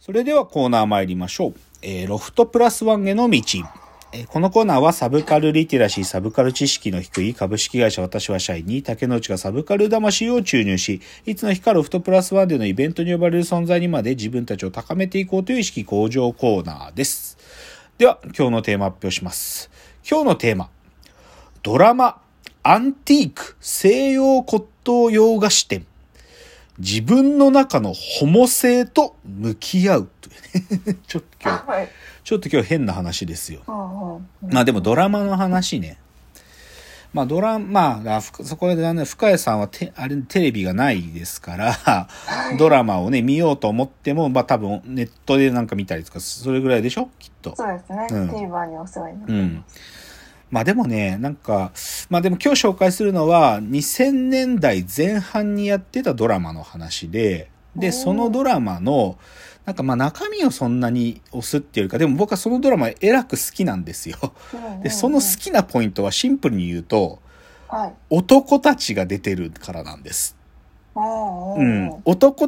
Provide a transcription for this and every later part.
それではコーナー参りましょう。ロフトプラスワンへの道。このコーナーはサブカルリテラシー、サブカル知識の低い株式会社私は社員に竹之内がサブカル魂を注入し、いつの日かロフトプラスワンでのイベントに呼ばれる存在にまで自分たちを高めていこうという意識向上コーナーです。では、今日のテーマ発表します。今日のテーマ。ドラマ、アンティーク、西洋骨董洋菓子店。自分の中のホモ性と向き合うというねちょっと今日変な話ですよ。まあでもドラマの話ね。まあそこでね、深谷さんはあれテレビがないですから、ドラマをね見ようと思っても、まあ多分ネットでなんか見たりとかそれぐらいでしょきっと。 そうですね。TVer にお世話になってます。 まあでもね、でも今日紹介するのは2000年代前半にやってたドラマの話で、そのドラマの、中身をそんなに押すっていうか、でも僕はそのドラマえらく好きなんですよ。で、その好きなポイントはシンプルに言うと、男たちが出てるからなんです。男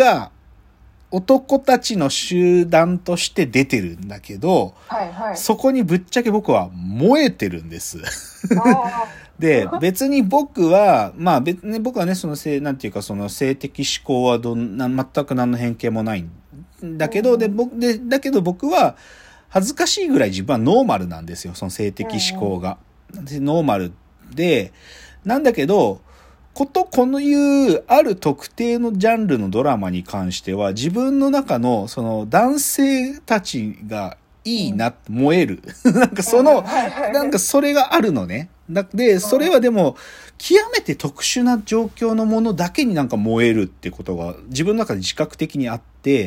たちの集団として出てるんだけど、そこにぶっちゃけ僕は燃えてるんです。で、別に僕はね、そのなんていうかその性的思考は全く何の偏見もないんだけど、だけど僕は恥ずかしいぐらい自分はノーマルなんですよ、その性的思考が。ノーマルで、なんだけど、このいうある特定のジャンルのドラマに関しては自分の中のその男性たちがいいな、燃えるそれがあるのね。で、それはでも極めて特殊な状況のものだけに燃えるってことが自分の中で自覚的にあって、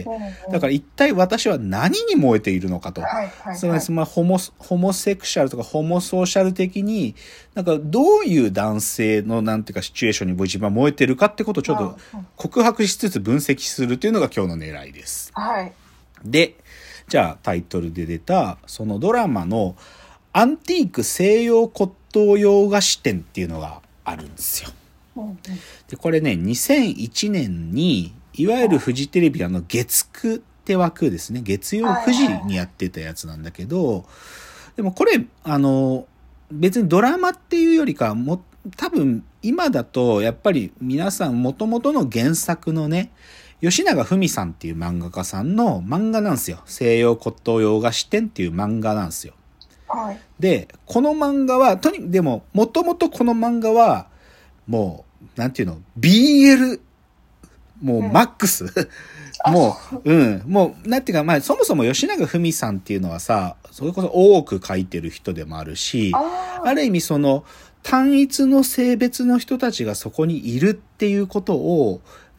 だから一体私は何に燃えているのかと。それはホモセクシャルとかホモソーシャル的にどういう男性のシチュエーションに自分は燃えてるかってことをちょっと告白しつつ分析するというのが今日の狙いです。で、じゃあタイトルで出たそのドラマのアンティーク西洋骨董洋菓子店っていうのがあるんですよ。で、これね、2001年にいわゆるフジテレビ月9って枠ですね。月曜9時にやってたやつなんだけど、でもこれ別にドラマっていうよりか多分今だとやっぱり皆さん元々の原作のね、吉永文さんっていう漫画家さんの漫画なんですよ。西洋骨董洋菓子店っていう漫画なんですよ。で、この漫画はでも元々この漫画はもうBL もうマックスもうなんていうか、そもそも吉永文さんっていうのはさ、それこそ多く書いてる人でもあるし、ある意味その単一の性別の人たちがそこにいるっていうことを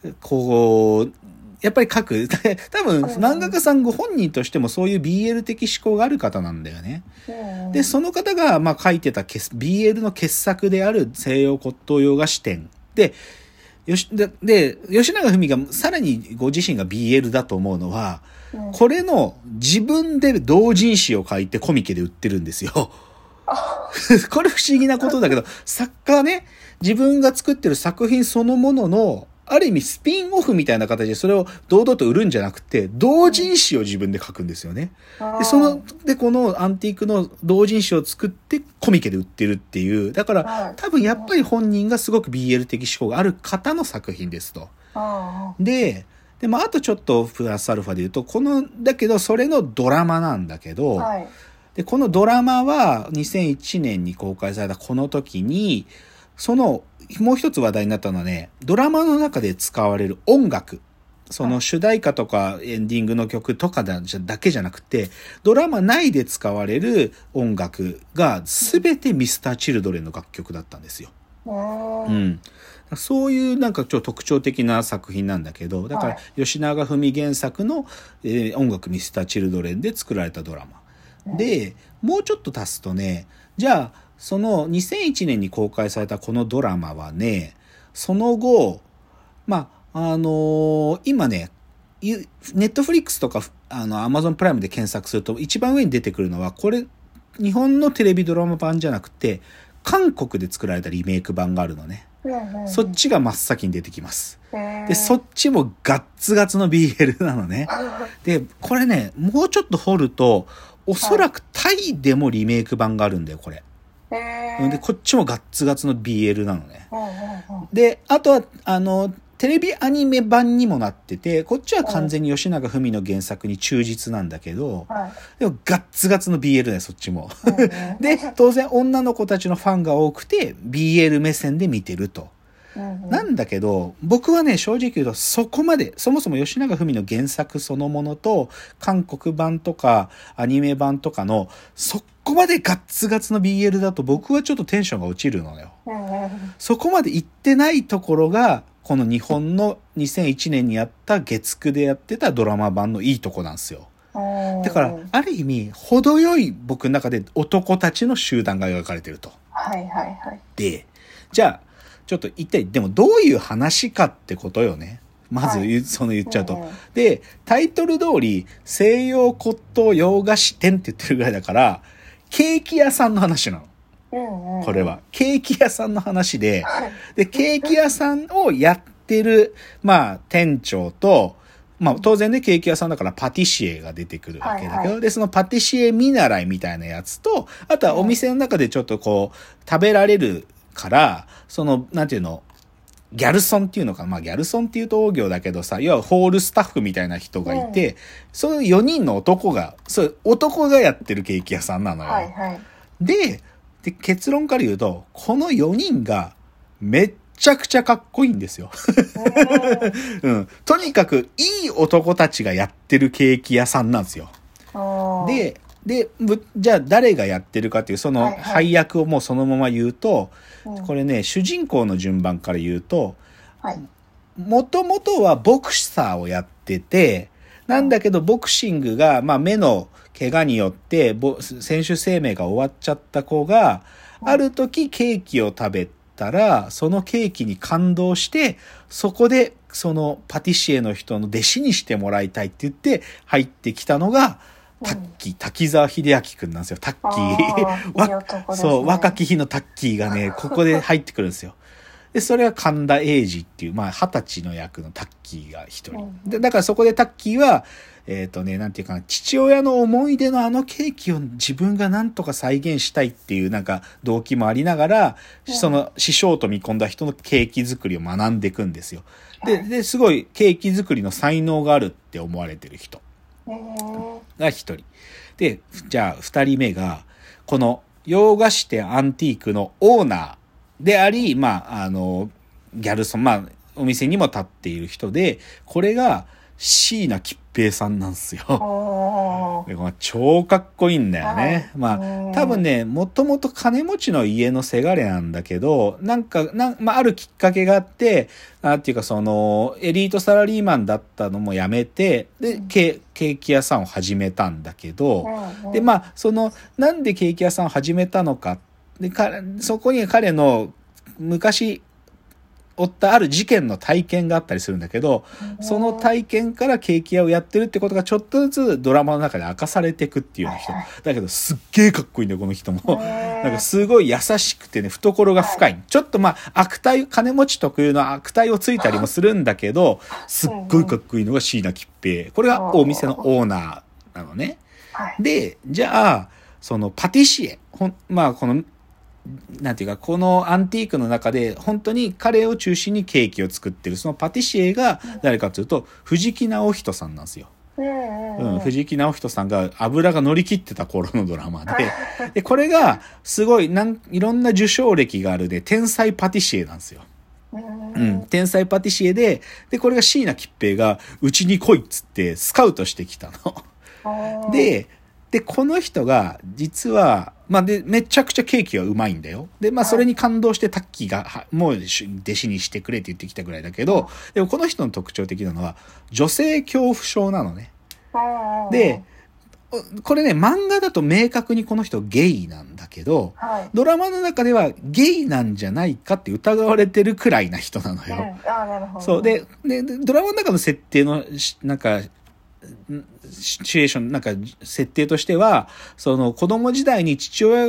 やっぱり書く。多分漫画家さんご本人としてもそういう BL 的思考がある方なんだよね。で、その方が書いてたBL の傑作である西洋骨董洋菓子店で、吉永文がさらにご自身が BL だと思うのは、これの自分で同人誌を書いてコミケで売ってるんですよ。これ不思議なことだけど、作家はね、自分が作ってる作品そのもののある意味スピンオフみたいな形でそれを堂々と売るんじゃなくて、同人誌を自分で書くんですよね。で、このアンティークの同人誌を作ってコミケで売ってるっていう。だから、多分やっぱり本人がすごく BL 的思考がある方の作品ですと。で、あとちょっとプラスアルファで言うと、だけどそれのドラマなんだけど、で、このドラマは2001年に公開されたこの時に、もう一つ話題になったのはね、ドラマの中で使われる音楽。その主題歌とかエンディングの曲とかだけじゃなくて、ドラマ内で使われる音楽が全て Mr.Children の楽曲だったんですよ。そういうちょっと特徴的な作品なんだけど、だから吉永文原作の、音楽 Mr.Children で作られたドラマ。で、もうちょっと足すとね、じゃあ、その2001年に公開されたこのドラマはね、その後、今ね、ネットフリックスとかアマゾンプライムで検索すると一番上に出てくるのは、これ日本のテレビドラマ版じゃなくて韓国で作られたリメイク版があるのね。 そっちが真っ先に出てきます。で、そっちもガッツガツの BL なのね。で、これね、もうちょっと掘ると、おそらくタイでもリメイク版があるんだよ、これ。で、こっちもガッツガツの BL なのね。で、あとは、テレビアニメ版にもなってて、こっちは完全に吉永文の原作に忠実なんだけど、でもガッツガツの BL ね、そっちも。で、当然女の子たちのファンが多くて、BL 目線で見てると。なんだけど、僕はね、正直言うとそこまで、そもそも吉永文の原作そのものと、韓国版とかアニメ版とかの、そこまでガッツガツの BL だと僕はちょっとテンションが落ちるのよ。そこまで行ってないところが、この日本の2001年にやった月9でやってたドラマ版のいいとこなんですよ。だから、ある意味、程よい僕の中で男たちの集団が描かれてると。で、じゃあ、ちょっと一体、でもどういう話かってことよね。まず言っちゃうと。で、タイトル通り、西洋骨董洋菓子店って言ってるぐらいだから、ケーキ屋さんの話なの。これは。ケーキ屋さんの話で、で、ケーキ屋さんをやってる、店長と、当然ね、ケーキ屋さんだからパティシエが出てくるわけだけど、で、そのパティシエ見習いみたいなやつと、あとはお店の中でちょっと食べられるから、なんていうの、ギャルソンっていうのかな。ギャルソンっていうと大行だけどさ、要はホールスタッフみたいな人がいて、そういう4人の男がやってるケーキ屋さんなのよ。で、結論から言うと、この4人がめっちゃくちゃかっこいいんですよ。とにかくいい男たちがやってるケーキ屋さんなんですよ。で、じゃあ誰がやってるかっていうその配役をもうそのまま言うと、これね、主人公の順番から言うと、もともとはボクサーをやってて、なんだけどボクシングが、目の怪我によって選手生命が終わっちゃった子が、ある時ケーキを食べたら、そのケーキに感動して、そこでそのパティシエの人の弟子にしてもらいたいって言って入ってきたのが、滝沢秀明くんなんですよ。タッキー。そう、若き日のタッキーがね、ここで入ってくるんですよ。で、それは神田英二っていう、20歳の役のタッキーが一人。で、だからそこでタッキーは、なんていうかな、父親の思い出のあのケーキを自分がなんとか再現したいっていう動機もありながら、その師匠と見込んだ人のケーキ作りを学んでいくんですよ。で、すごいケーキ作りの才能があるって思われてる人が一人。で、じゃあ二人目が、この洋菓子店アンティークのオーナーであり、ギャルソン、お店にも立っている人で、これが椎名桔平さんなんですよ。超かっこいいんだよね。多分ね、もともと金持ちの家のせがれなんだけど、あるきっかけがあって、なんていうかエリートサラリーマンだったのもやめて、で、ケーキ屋さんを始めたんだけど、で、なんでケーキ屋さんを始めたのか、で、そこに彼の昔、負ったある事件の体験があったりするんだけど、その体験からケーキ屋をやってるってことがちょっとずつドラマの中で明かされていくっていうような人。だけどすっげーかっこいいんだよ、この人も。すごい優しくてね、懐が深い。ちょっと悪態、金持ち特有の悪態をついたりもするんだけど、すっごいかっこいいのが椎名桔平。これがお店のオーナーなのね。で、じゃあ、そのパティシエ。このなんていうか、このアンティークの中で本当に彼を中心にケーキを作ってるそのパティシエが誰かというと藤木直人さんなんですよ。藤木直人さんが油が乗り切ってた頃のドラマで、これがすごいいろんな受賞歴があるで天才パティシエなんですよ。天才パティシエで、これが椎名桔平がうちに来いっつってスカウトしてきたの。で、この人が実はめちゃくちゃケーキがうまいんだよ。で、それに感動してタッキーがもう弟子にしてくれって言ってきたぐらいだけど、でもこの人の特徴的なのは女性恐怖症なのね。で、これね、漫画だと明確にこの人ゲイなんだけど、ドラマの中ではゲイなんじゃないかって疑われてるくらいな人なのよ。そうで、ドラマの中の設定のシチュエーション、設定としては、その子供時代に父親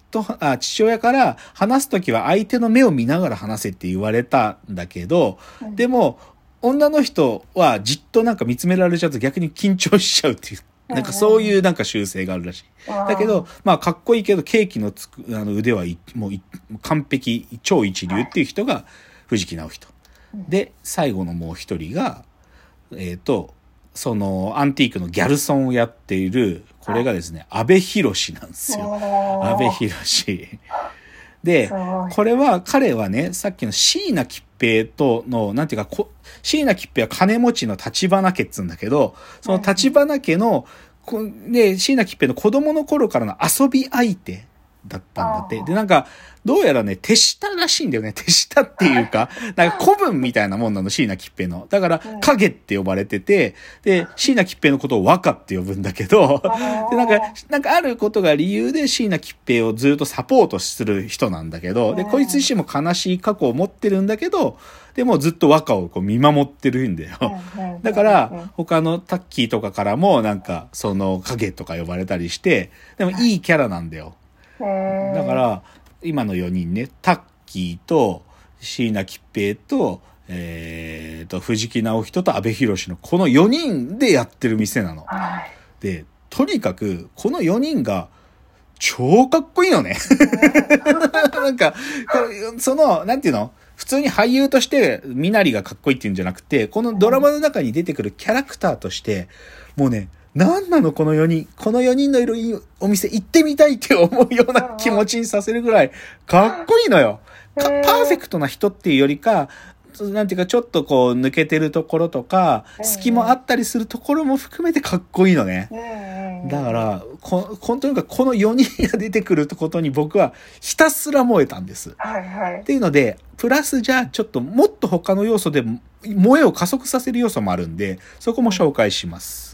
父親から話すときは相手の目を見ながら話せって言われたんだけど、でも、女の人はじっとなんか見つめられちゃうと逆に緊張しちゃうっていう、なんかそういうなんか習性があるらしい。だけど、まあかっこいいけど、ケーキの腕はもう完璧、超一流っていう人が藤木直人。で、最後のもう一人が、そのアンティークのギャルソンをやっている、これがですね、阿部寛なんですよ。阿部寛。で、これは、彼はね、さっきの椎名桔平との、なんていうか、椎名桔平は金持ちの立花家っつうんだけど、その立花家の、で、椎名桔平の子供の頃からの遊び相手だったんだって。で、なんか、どうやらね、手下らしいんだよね。手下っていうか、なんか古文みたいなもんなの、椎名桔平の。だから、影って呼ばれてて、で、椎名桔平のことを若って呼ぶんだけど、で、なんかあることが理由で椎名桔平をずっとサポートする人なんだけど、で、こいつ自身も悲しい過去を持ってるんだけど、でもずっと若をこう見守ってるんだよ。だから、他のタッキーとかからもなんか、その影とか呼ばれたりして、でもいいキャラなんだよ。だから、今の4人ね、タッキーと椎名桔平と、藤木直人と阿部寛のこの4人でやってる店なの。で、とにかくこの4人が超かっこいいのね。なんか、その、なんていうの？普通に俳優として身なりがかっこいいっていうんじゃなくて、このドラマの中に出てくるキャラクターとして、もうね、なんなのこの4人。この4人のいるお店行ってみたいって思うような気持ちにさせるぐらいかっこいいのよ。パーフェクトな人っていうよりか、なんていうかちょっとこう抜けてるところとか、隙もあったりするところも含めてかっこいいのね。だから、本当にこの4人が出てくることに僕はひたすら燃えたんです。っていうので、プラスじゃあちょっともっと他の要素で燃えを加速させる要素もあるんで、そこも紹介します。